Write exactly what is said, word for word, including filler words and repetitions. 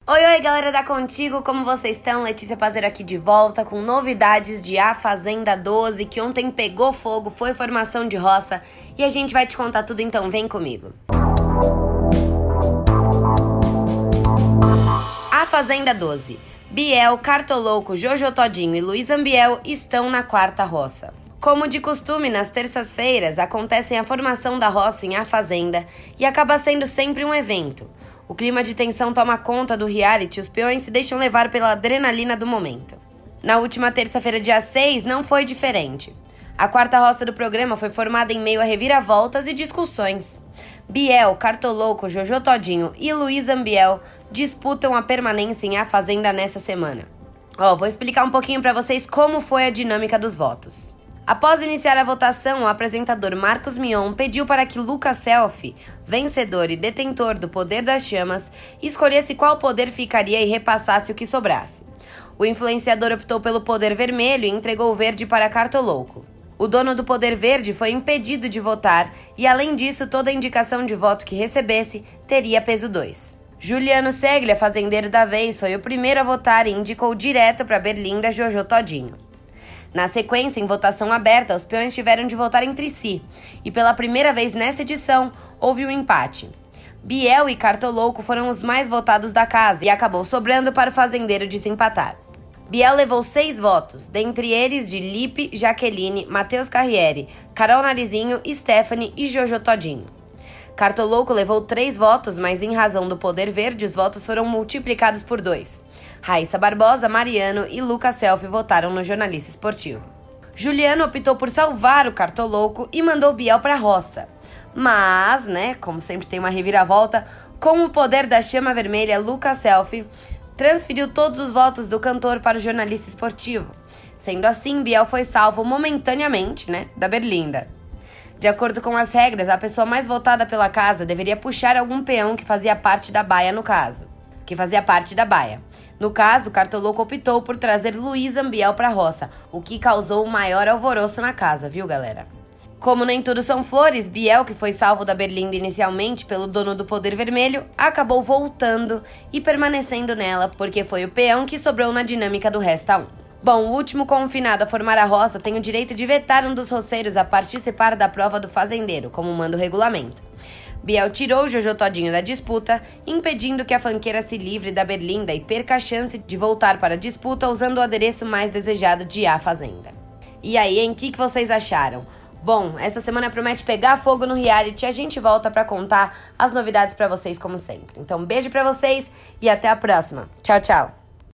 Oi, oi, galera da Contigo, como vocês estão? Letícia Pazeiro aqui de volta com novidades de A Fazenda doze, que ontem pegou fogo, foi formação de roça, e a gente vai te contar tudo, então vem comigo. A Fazenda doze. Biel, Cartolouco, Jojo Todinho e Luiz Ambiel estão na quarta roça. Como de costume, nas terças-feiras acontecem a formação da roça em A Fazenda e acaba sendo sempre um evento. O clima de tensão toma conta do reality e os peões se deixam levar pela adrenalina do momento. Na última terça-feira, dia seis, não foi diferente. A quarta roça do programa foi formada em meio a reviravoltas e discussões. Biel, Cartolouco, Jojo Todinho e Luiz Ambiel disputam a permanência em A Fazenda nessa semana. Ó, vou explicar um pouquinho para vocês como foi a dinâmica dos votos. Após iniciar a votação, o apresentador Marcos Mion pediu para que Lucas Selfie, vencedor e detentor do Poder das Chamas, escolhesse qual poder ficaria e repassasse o que sobrasse. O influenciador optou pelo Poder Vermelho e entregou o verde para Cartolouco. O dono do Poder Verde foi impedido de votar e, além disso, toda indicação de voto que recebesse teria peso dois. Juliano Seglia, fazendeiro da vez, foi o primeiro a votar e indicou direto para Berlinda Jojo Todinho. Na sequência, em votação aberta, os peões tiveram de votar entre si, e pela primeira vez nessa edição, houve um empate. Biel e Cartolouco foram os mais votados da casa e acabou sobrando para o fazendeiro desempatar. Biel levou seis votos, dentre eles de Lipe, Jaqueline, Matheus Carriere, Carol Narizinho, Stephanie e Jojo Todinho. Cartolouco levou três votos, mas em razão do Poder Verde, os votos foram multiplicados por dois. Raíssa Barbosa, Mariano e Lucas Selfie votaram no jornalista esportivo. Juliano optou por salvar o Cartolouco e mandou Biel para a roça. Mas, né, como sempre tem uma reviravolta, com o poder da chama vermelha, Lucas Selfie transferiu todos os votos do cantor para o jornalista esportivo. Sendo assim, Biel foi salvo momentaneamente, né, da Berlinda. De acordo com as regras, a pessoa mais votada pela casa deveria puxar algum peão que fazia parte da baia no caso. Que fazia parte da baia. No caso, o Cartolouco optou por trazer Luiz Ambiel para a roça, o que causou o maior alvoroço na casa, viu, galera? Como nem tudo são flores, Biel, que foi salvo da Berlinda inicialmente pelo dono do Poder Vermelho, acabou voltando e permanecendo nela, porque foi o peão que sobrou na dinâmica do Resta um. Bom, o último confinado a formar a roça tem o direito de vetar um dos roceiros a participar da prova do fazendeiro, como manda o regulamento. Biel tirou Jojo Todinho da disputa, impedindo que a fanqueira se livre da Berlinda e perca a chance de voltar para a disputa usando o adereço mais desejado de A Fazenda. E aí, hein? O que, que vocês acharam? Bom, essa semana promete pegar fogo no reality e a gente volta para contar as novidades para vocês como sempre. Então, beijo para vocês e até a próxima. Tchau, tchau!